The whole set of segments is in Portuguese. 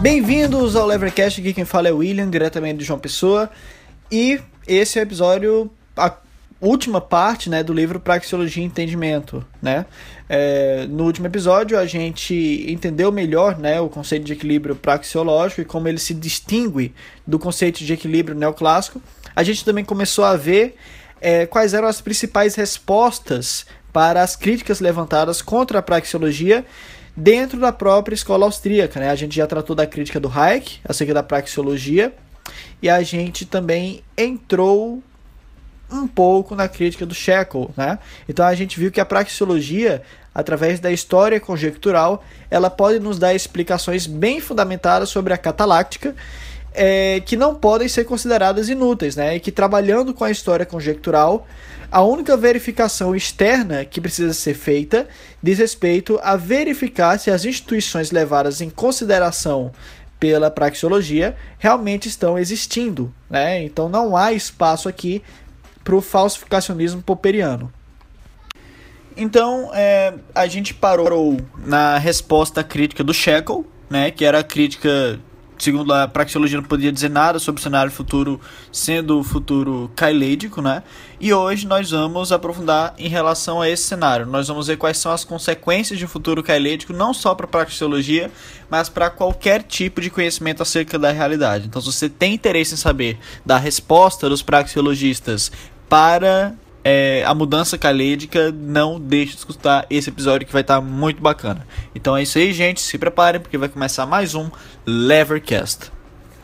Bem-vindos ao Levercast, aqui quem fala é o William, diretamente de João Pessoa. E esse é o episódio, a última parte, né, do livro Praxeologia e Entendimento, né? No último episódio a gente entendeu melhor, né, o conceito de equilíbrio praxeológico e como ele se distingue do conceito de equilíbrio neoclássico. A gente também começou a ver quais eram as principais respostas para as críticas levantadas contra a praxeologia dentro da própria escola austríaca, né? A gente já tratou da crítica do Hayek acerca da praxeologia e a gente também entrou um pouco na crítica do Shackle, né? Então a gente viu que a praxeologia, através da história conjectural, ela pode nos dar explicações bem fundamentadas sobre a cataláctica, que não podem ser consideradas inúteis, né? E que, trabalhando com a história conjectural, a única verificação externa que precisa ser feita diz respeito a verificar se as instituições levadas em consideração pela praxeologia realmente estão existindo, né? Então não há espaço aqui para o falsificacionismo popperiano. Então a gente parou na resposta crítica do Shackle, né? Que era a crítica, segundo a praxeologia, não podia dizer nada sobre o cenário futuro, sendo o futuro kaileidico, né? E hoje nós vamos aprofundar em relação a esse cenário. Nós vamos ver quais são as consequências de um futuro kaileidico, não só para a praxeologia, mas para qualquer tipo de conhecimento acerca da realidade. Então, se você tem interesse em saber da resposta dos praxeologistas para a mudança kaileidica, não deixe de escutar esse episódio que vai estar muito bacana. Então é isso aí, gente, se preparem porque vai começar mais um Levercast.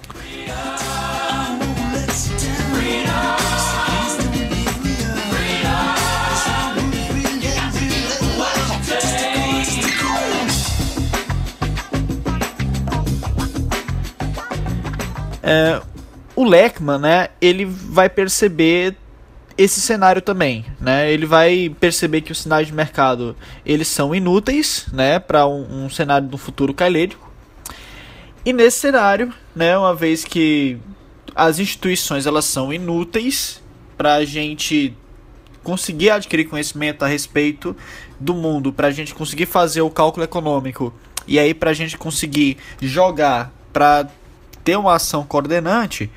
O Leckmann, né, ele vai perceber esse cenário também, né? Ele vai perceber que os sinais de mercado eles são inúteis, né, para um cenário do futuro kaileidico. E nesse cenário, né, uma vez que as instituições elas são inúteis para a gente conseguir adquirir conhecimento a respeito do mundo, para a gente conseguir fazer o cálculo econômico e aí para a gente conseguir jogar para ter uma ação coordenante.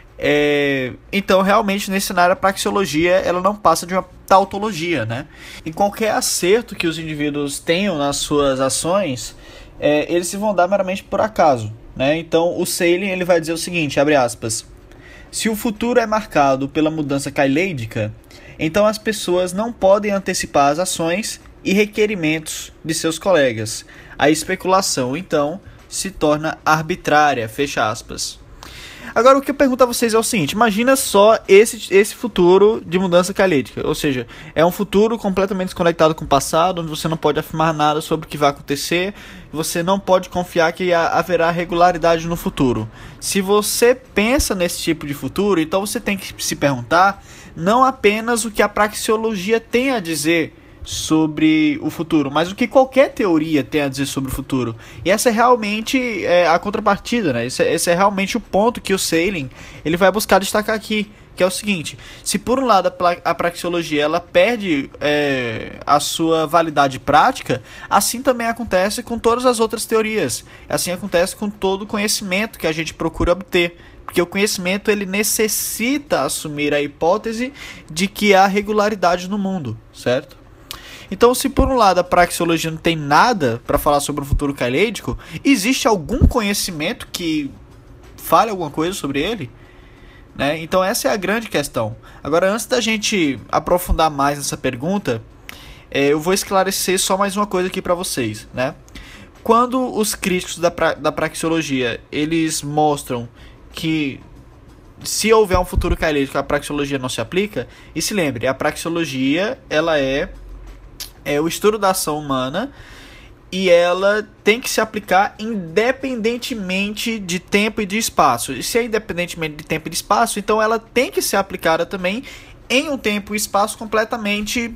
Então realmente nesse cenário a praxeologia ela não passa de uma tautologia, né? E qualquer acerto que os indivíduos tenham nas suas ações, eles se vão dar meramente por acaso, né? Então o Salin ele vai dizer o seguinte, abre aspas: se o futuro é marcado pela mudança kaileidica, então as pessoas não podem antecipar as ações e requerimentos de seus colegas. A especulação então se torna arbitrária, fecha aspas. Agora o que eu pergunto a vocês é o seguinte: imagina só esse futuro de mudança kaileidica, ou seja, é um futuro completamente desconectado com o passado, onde você não pode afirmar nada sobre o que vai acontecer, você não pode confiar que haverá regularidade no futuro. Se você pensa nesse tipo de futuro, então você tem que se perguntar não apenas o que a praxeologia tem a dizer sobre o futuro, mas o que qualquer teoria tem a dizer sobre o futuro. E essa é realmente a contrapartida, né? Esse é realmente o ponto que o Salin ele vai buscar destacar aqui, que é o seguinte: se por um lado a praxeologia ela perde a sua validade prática, assim também acontece com todas as outras teorias, assim acontece com todo o conhecimento que a gente procura obter. Porque o conhecimento ele necessita assumir a hipótese de que há regularidade no mundo, certo? Então, se por um lado a praxeologia não tem nada para falar sobre o futuro kaileidico, existe algum conhecimento que fale alguma coisa sobre ele? Né? Então essa é a grande questão. Agora, antes da gente aprofundar mais nessa pergunta, eu vou esclarecer só mais uma coisa aqui para vocês, né? Quando os críticos da praxeologia eles mostram que se houver um futuro kaileidico a praxeologia não se aplica, e se lembre, a praxeologia ela é o estudo da ação humana e ela tem que se aplicar independentemente de tempo e de espaço. E se é independentemente de tempo e de espaço, então ela tem que ser aplicada também em um tempo e espaço completamente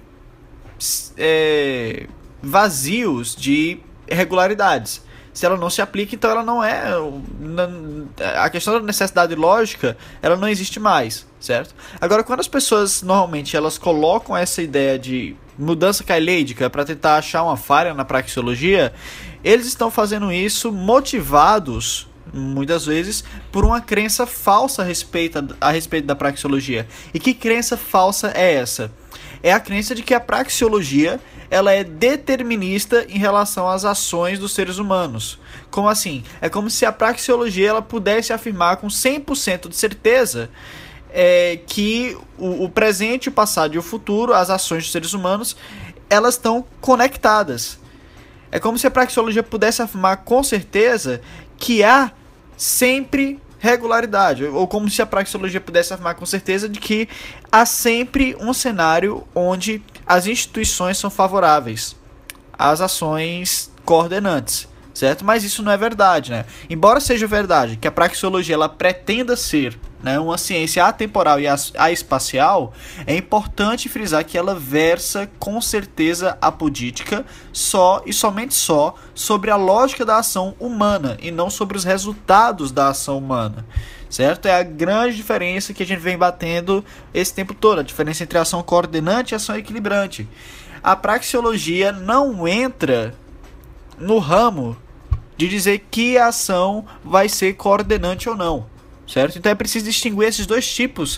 vazios de regularidades. Se ela não se aplica, então ela não é... A questão da necessidade lógica, ela não existe mais, certo? Agora, quando as pessoas, normalmente, elas colocam essa ideia de mudança kaileidica para tentar achar uma falha na praxeologia, eles estão fazendo isso motivados muitas vezes, por uma crença falsa a respeito da praxeologia. E que crença falsa é essa? É a crença de que a praxeologia ela é determinista em relação às ações dos seres humanos. Como assim? É como se a praxeologia ela pudesse afirmar com 100% de certeza que o presente, o passado e o futuro, as ações dos seres humanos, elas estão conectadas. É como se a praxeologia pudesse afirmar com certeza que há sempre regularidade, ou como se a praxeologia pudesse afirmar com certeza de que há sempre um cenário onde as instituições são favoráveis às ações coordenantes, certo? Mas isso não é verdade, né? Embora seja verdade que a praxeologia ela pretenda ser, né, uma ciência atemporal e espacial, é importante frisar que ela versa com certeza apodítica só e somente só sobre a lógica da ação humana e não sobre os resultados da ação humana, certo? É a grande diferença que a gente vem batendo esse tempo todo, a diferença entre ação coordenante e ação equilibrante. A praxeologia não entra no ramo de dizer que a ação vai ser coordenante ou não, certo? Então é preciso distinguir esses dois tipos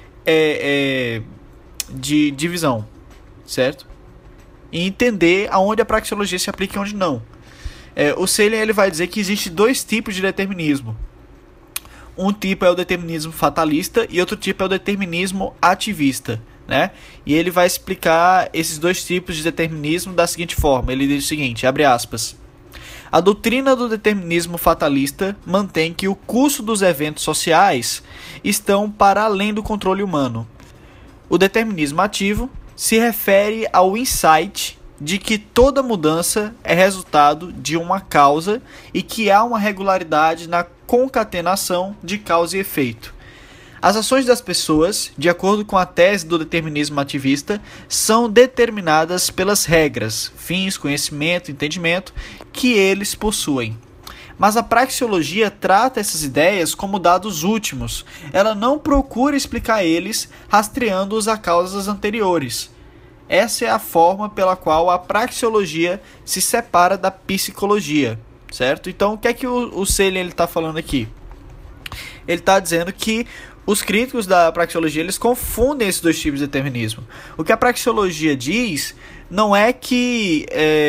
de divisão, certo? E entender aonde a praxeologia se aplica e onde não. O Selin ele vai dizer que existe dois tipos de determinismo. Um tipo é o determinismo fatalista e outro tipo é o determinismo ativista, né? E ele vai explicar esses dois tipos de determinismo da seguinte forma. Ele diz o seguinte, abre aspas: a doutrina do determinismo fatalista mantém que o curso dos eventos sociais estão para além do controle humano. O determinismo ativo se refere ao insight de que toda mudança é resultado de uma causa e que há uma regularidade na concatenação de causa e efeito. As ações das pessoas, de acordo com a tese do determinismo ativista, são determinadas pelas regras, fins, conhecimento, entendimento que eles possuem. Mas a praxeologia trata essas ideias como dados últimos. Ela não procura explicar eles rastreando-os a causas anteriores. Essa é a forma pela qual a praxeologia se separa da psicologia, certo? Então, o que é que o Selin está falando aqui? Ele está dizendo que os críticos da praxeologia eles confundem esses dois tipos de determinismo. O que a praxeologia diz não é que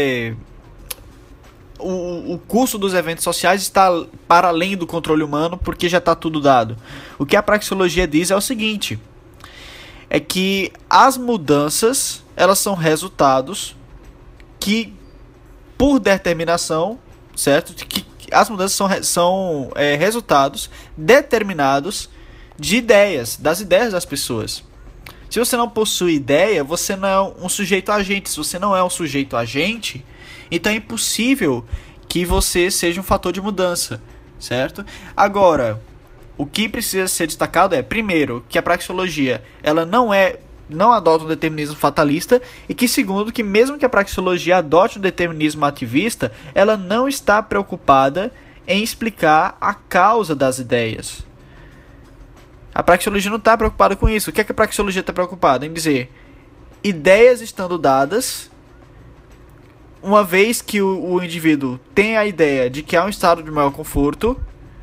o curso dos eventos sociais está para além do controle humano porque já está tudo dado. O que a praxeologia diz é o seguinte: é que as mudanças elas são resultados que, por determinação, certo? Que as mudanças são resultados determinados de ideias, das ideias das pessoas. Se você não possui ideia, você não é um sujeito agente. Se você não é um sujeito agente, então é impossível que você seja um fator de mudança, certo? Agora, o que precisa ser destacado é, primeiro, que a praxeologia ela não adota um determinismo fatalista, e que, segundo, que mesmo que a praxeologia adote um determinismo ativista, ela não está preocupada em explicar a causa das ideias. A praxeologia não está preocupada com isso. O que é que a praxeologia está preocupada? Em dizer, ideias estando dadas, uma vez que o indivíduo tem a ideia de que há um estado de maior conforto,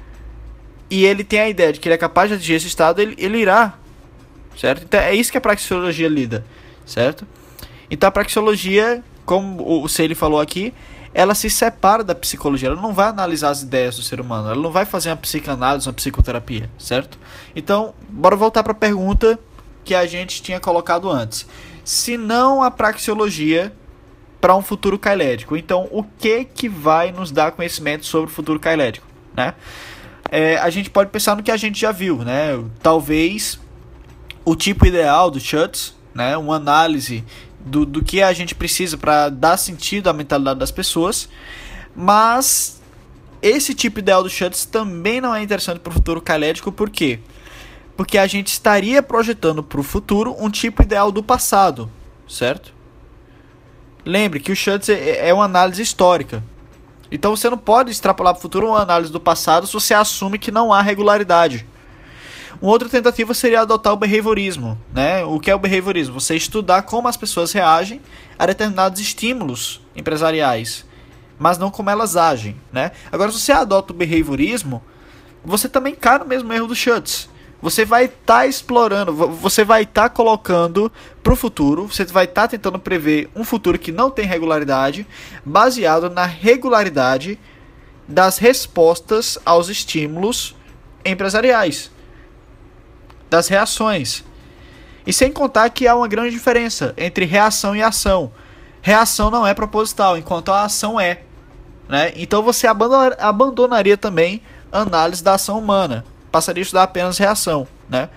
e ele tem a ideia de que ele é capaz de atingir esse estado, ele irá, certo? Então é isso que a praxeologia lida, certo? Então a praxeologia, como o Selin falou aqui, ela se separa da psicologia. Ela não vai analisar as ideias do ser humano, ela não vai fazer uma psicanálise, uma psicoterapia, certo? Então, bora voltar para a pergunta que a gente tinha colocado antes. Se não a praxeologia para um futuro kailédico, então o que vai nos dar conhecimento sobre o futuro kailédico, né? A gente pode pensar no que a gente já viu, né? Talvez o tipo ideal do Schutz, né? Uma análise do que a gente precisa para dar sentido à mentalidade das pessoas, mas esse tipo ideal do Schutz também não é interessante para o futuro kailédico. Por quê? Porque a gente estaria projetando para o futuro um tipo ideal do passado, certo? Lembre que o Schutz é uma análise histórica. Então você não pode extrapolar para o futuro uma análise do passado se você assume que não há regularidade. Uma outra tentativa seria adotar o behaviorismo, né? O que é o behaviorismo? Você estudar como as pessoas reagem a determinados estímulos empresariais, mas não como elas agem, né? Agora, se você adota o behaviorismo, você também cai no mesmo erro do Schutz. Você vai estar explorando, você vai estar colocando para o futuro, você vai estar tentando prever um futuro que não tem regularidade, baseado na regularidade das respostas aos estímulos empresariais, das reações. E sem contar que há uma grande diferença entre reação e ação. Reação não é proposital, enquanto a ação é, né? Então você abandonaria também a análise da ação humana, passaria a estudar apenas reação, né?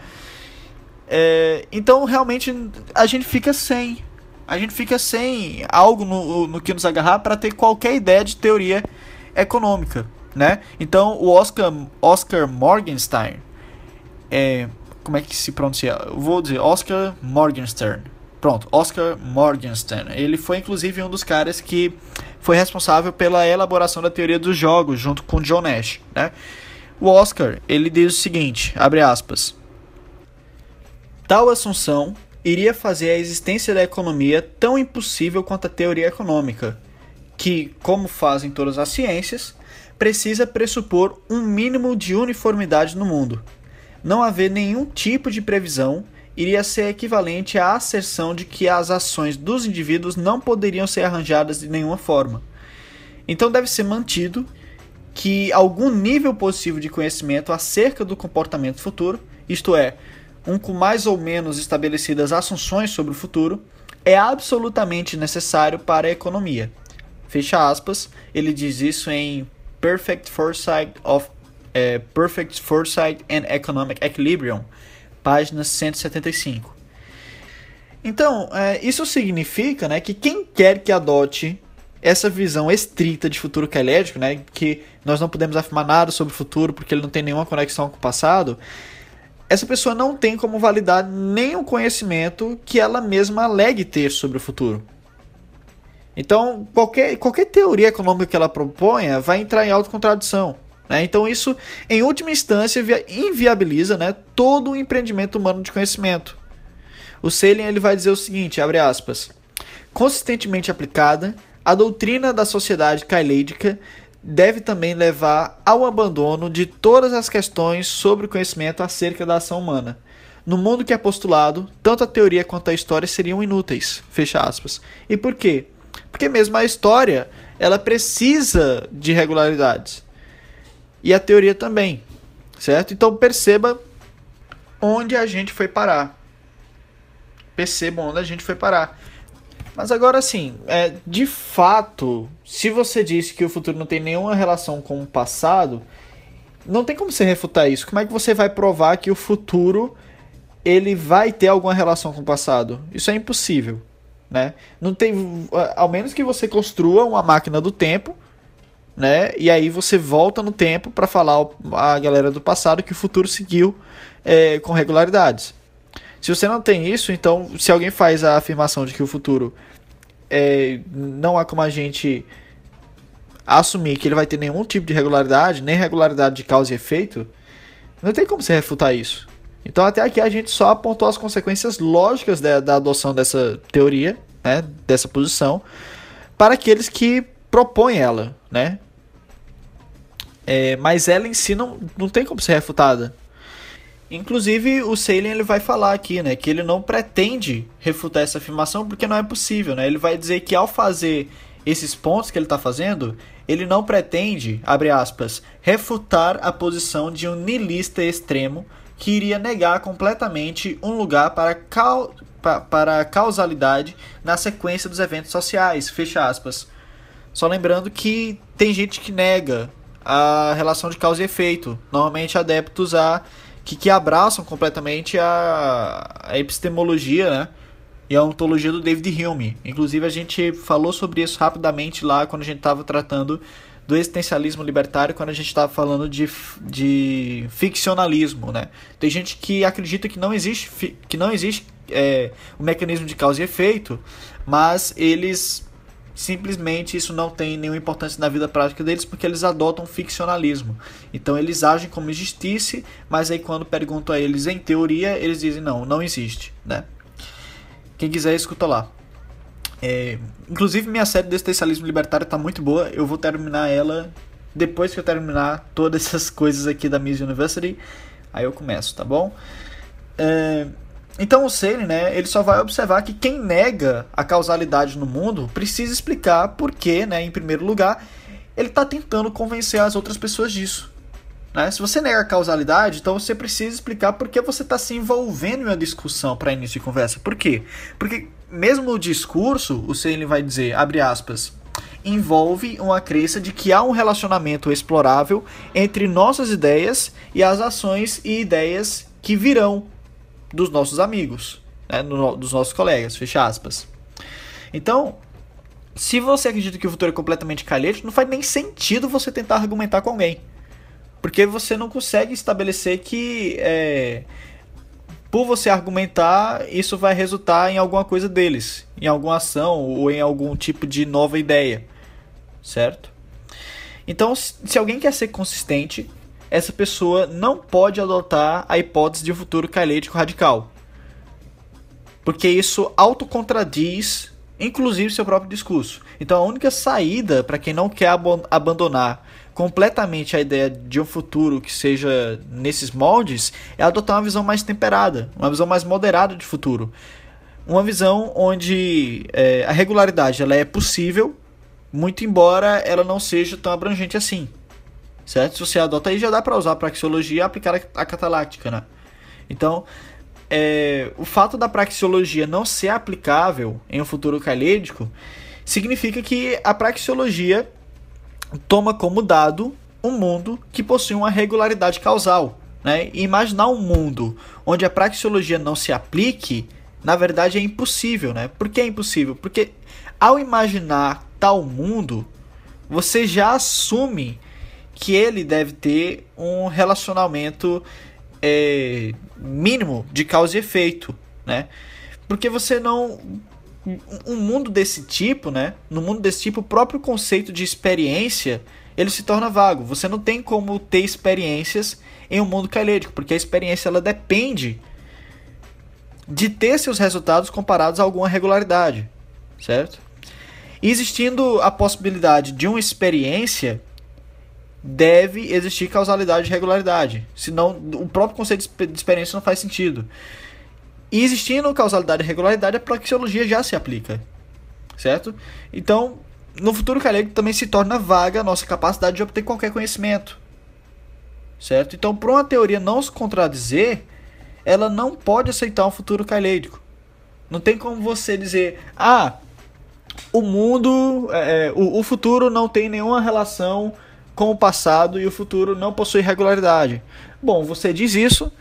Então realmente a gente fica sem algo no que nos agarrar para ter qualquer ideia de teoria econômica, né? Então o Oscar Morgenstern, como é que se pronuncia? Eu vou dizer Oscar Morgenstern. Pronto, Oscar Morgenstern. Ele foi inclusive um dos caras que foi responsável pela elaboração da teoria dos jogos junto com John Nash, né? O Oscar, ele diz o seguinte, abre aspas: tal assunção iria fazer a existência da economia tão impossível quanto a teoria econômica, que, como fazem todas as ciências, precisa pressupor um mínimo de uniformidade no mundo. Não haver nenhum tipo de previsão iria ser equivalente à asserção de que as ações dos indivíduos não poderiam ser arranjadas de nenhuma forma. Então deve ser mantido que algum nível possível de conhecimento acerca do comportamento futuro, isto é, com mais ou menos estabelecidas assunções sobre o futuro, é absolutamente necessário para a economia. Fecha aspas, ele diz isso em Perfect Foresight and Economic Equilibrium, página 175. Então, isso significa, né, que quem quer que adote essa visão estrita de futuro caelético, né, que nós não podemos afirmar nada sobre o futuro porque ele não tem nenhuma conexão com o passado, essa pessoa não tem como validar nenhum conhecimento que ela mesma alegue ter sobre o futuro. Então, qualquer teoria econômica que ela proponha vai entrar em autocontradição, né? Então, isso, em última instância, inviabiliza, né, todo o empreendimento humano de conhecimento. O Salin, ele vai dizer o seguinte, abre aspas: consistentemente aplicada, a doutrina da sociedade caelédica deve também levar ao abandono de todas as questões sobre o conhecimento acerca da ação humana. No mundo que é postulado, tanto a teoria quanto a história seriam inúteis. Fecha aspas. E por quê? Porque mesmo a história, ela precisa de regularidades. E a teoria também, certo? Então perceba onde a gente foi parar. Percebam onde a gente foi parar. Mas agora sim, de fato, se você disse que o futuro não tem nenhuma relação com o passado, não tem como você refutar isso. Como é que você vai provar que o futuro ele vai ter alguma relação com o passado? Isso é impossível, né? Não tem, ao menos que você construa uma máquina do tempo, né? E aí você volta no tempo para falar à galera do passado que o futuro seguiu com regularidades. Se você não tem isso, então, se alguém faz a afirmação de que o futuro não há como a gente assumir que ele vai ter nenhum tipo de regularidade, nem regularidade de causa e efeito, não tem como você refutar isso. Então, até aqui a gente só apontou as consequências lógicas da adoção dessa teoria, né, dessa posição, para aqueles que propõem ela, né? Mas ela em si não tem como ser refutada. Inclusive, o Salin ele vai falar aqui, né, que ele não pretende refutar essa afirmação porque não é possível, né? Ele vai dizer que ao fazer esses pontos que ele está fazendo, ele não pretende, abre aspas, refutar a posição de um niilista extremo que iria negar completamente um lugar para a causalidade na sequência dos eventos sociais, fecha aspas. Só lembrando que tem gente que nega a relação de causa e efeito, normalmente adeptos que abraçam completamente a epistemologia, né, e a ontologia do David Hume. Inclusive a gente falou sobre isso rapidamente lá quando a gente estava tratando do existencialismo libertário, quando a gente estava falando de ficcionalismo, né. Tem gente que acredita que não existe o mecanismo de causa e efeito, mas eles simplesmente isso não tem nenhuma importância na vida prática deles porque eles adotam ficcionalismo. Então eles agem como existisse, mas aí quando perguntam a eles em teoria, eles dizem não existe, né? Quem quiser escuta lá. Inclusive, minha série de existencialismo libertário tá muito boa. Eu vou terminar ela depois que eu terminar todas essas coisas aqui da Mises University. Aí eu começo, tá bom? Então o Salem, né, ele só vai observar que quem nega a causalidade no mundo precisa explicar por que, né, em primeiro lugar, ele está tentando convencer as outras pessoas disso. Né? Se você nega a causalidade, então você precisa explicar por que você está se envolvendo em uma discussão para início de conversa. Por quê? Porque mesmo o discurso, o Salem vai dizer, abre aspas, envolve uma crença de que há um relacionamento explorável entre nossas ideias e as ações e ideias que virão dos nossos amigos, né? Dos nossos colegas, fecha aspas. Então, se você acredita que o futuro é completamente calhete, não faz nem sentido você tentar argumentar com alguém. Porque você não consegue estabelecer que por você argumentar, isso vai resultar em alguma coisa deles, em alguma ação ou em algum tipo de nova ideia, certo? Então, se alguém quer ser consistente, essa pessoa não pode adotar a hipótese de um futuro cailítico radical, porque isso autocontradiz, inclusive, seu próprio discurso. Então, a única saída para quem não quer abandonar completamente a ideia de um futuro que seja nesses moldes é adotar uma visão mais temperada, uma visão mais moderada de futuro. Uma visão onde a regularidade ela é possível, muito embora ela não seja tão abrangente assim. Certo? Se você adota aí, já dá para usar a praxeologia e aplicar a cataláctica, né? Então, o fato da praxeologia não ser aplicável em um futuro cailítico significa que a praxeologia toma como dado um mundo que possui uma regularidade causal, né? E imaginar um mundo onde a praxeologia não se aplique, na verdade é impossível, né? Por que é impossível? Porque ao imaginar tal mundo, você já assume que ele deve ter um relacionamento mínimo de causa e efeito, né? Porque você não... Um mundo desse tipo, né? No mundo desse tipo, o próprio conceito de experiência, ele se torna vago. Você não tem como ter experiências em um mundo cailítico, porque a experiência ela depende de ter seus resultados comparados a alguma regularidade, certo? E existindo a possibilidade de uma experiência, deve existir causalidade e regularidade. Senão, o próprio conceito de experiência não faz sentido. E existindo causalidade e regularidade, a praxeologia já se aplica. Certo? Então, no futuro cailítico também se torna vaga a nossa capacidade de obter qualquer conhecimento. Certo? Então, para uma teoria não se contradizer, ela não pode aceitar um futuro cailítico. Não tem como você dizer, o mundo, o futuro não tem nenhuma relação com o passado e o futuro não possui regularidade. Bom, você diz isso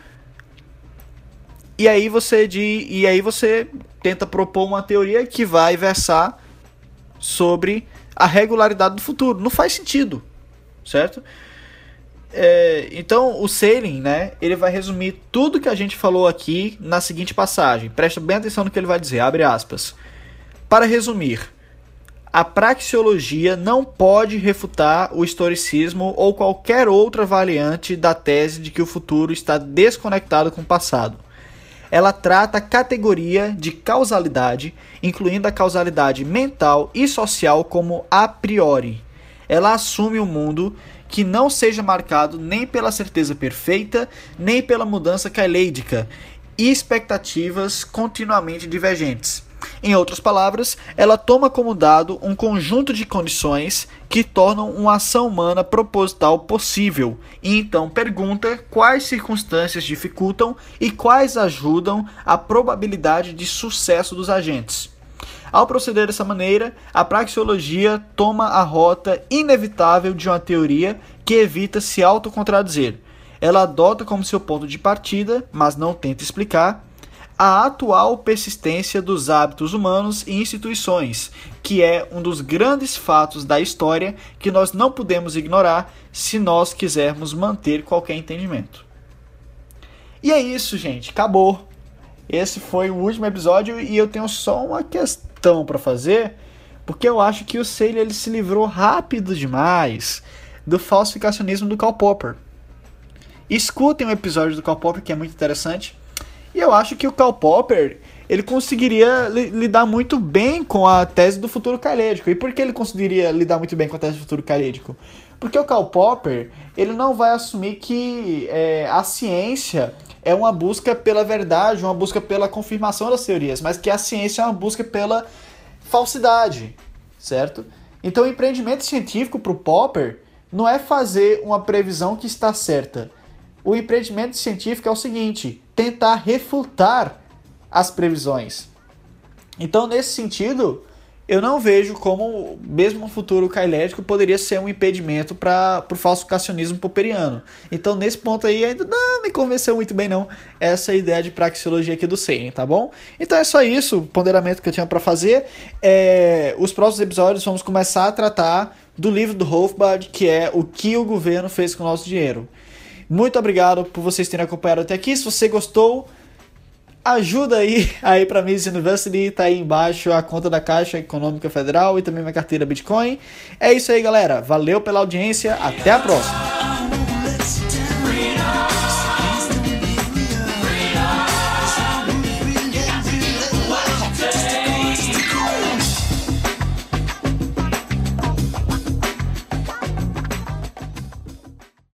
e aí você tenta propor uma teoria que vai versar sobre a regularidade do futuro. Não faz sentido, certo? Então o Salem, né, ele vai resumir tudo que a gente falou aqui na seguinte passagem. Presta bem atenção no que ele vai dizer, abre aspas. Para resumir, a praxeologia não pode refutar o historicismo ou qualquer outra variante da tese de que o futuro está desconectado com o passado. Ela trata a categoria de causalidade, incluindo a causalidade mental e social, como a priori. Ela assume um mundo que não seja marcado nem pela certeza perfeita, nem pela mudança cailítica e expectativas continuamente divergentes. Em outras palavras, ela toma como dado um conjunto de condições que tornam uma ação humana proposital possível, e então pergunta quais circunstâncias dificultam e quais ajudam a probabilidade de sucesso dos agentes. Ao proceder dessa maneira, a praxeologia toma a rota inevitável de uma teoria que evita se autocontradizer. Ela adota como seu ponto de partida, mas não tenta explicar, a atual persistência dos hábitos humanos e instituições, que é um dos grandes fatos da história que nós não podemos ignorar se nós quisermos manter qualquer entendimento. E é isso, gente. Acabou. Esse foi o último episódio e eu tenho só uma questão para fazer, porque eu acho que o Salem ele se livrou rápido demais do falsificacionismo do Karl Popper. Escutem o episódio do Karl Popper, que é muito interessante. E eu acho que o Karl Popper, ele conseguiria lidar muito bem com a tese do futuro calédico. E por que ele conseguiria lidar muito bem com a tese do futuro calédico? Porque o Karl Popper, ele não vai assumir que a ciência é uma busca pela verdade, uma busca pela confirmação das teorias, mas que a ciência é uma busca pela falsidade, certo? Então o empreendimento científico para o Popper não é fazer uma previsão que está certa. O empreendimento científico é o seguinte: tentar refutar as previsões. Então, nesse sentido, eu não vejo como mesmo um futuro calédico poderia ser um impedimento para o falsificacionismo popperiano. Então, nesse ponto aí, ainda não me convenceu muito bem não essa ideia de praxeologia aqui do Sehen, tá bom? Então é só isso, o ponderamento que eu tinha para fazer. Os próximos episódios vamos começar a tratar do livro do Rothbard, que é O que o governo fez com o nosso dinheiro. Muito obrigado por vocês terem acompanhado até aqui. Se você gostou, ajuda aí para Mises University, tá aí embaixo a conta da Caixa Econômica Federal e também minha carteira Bitcoin. É isso aí, galera. Valeu pela audiência. Até a próxima.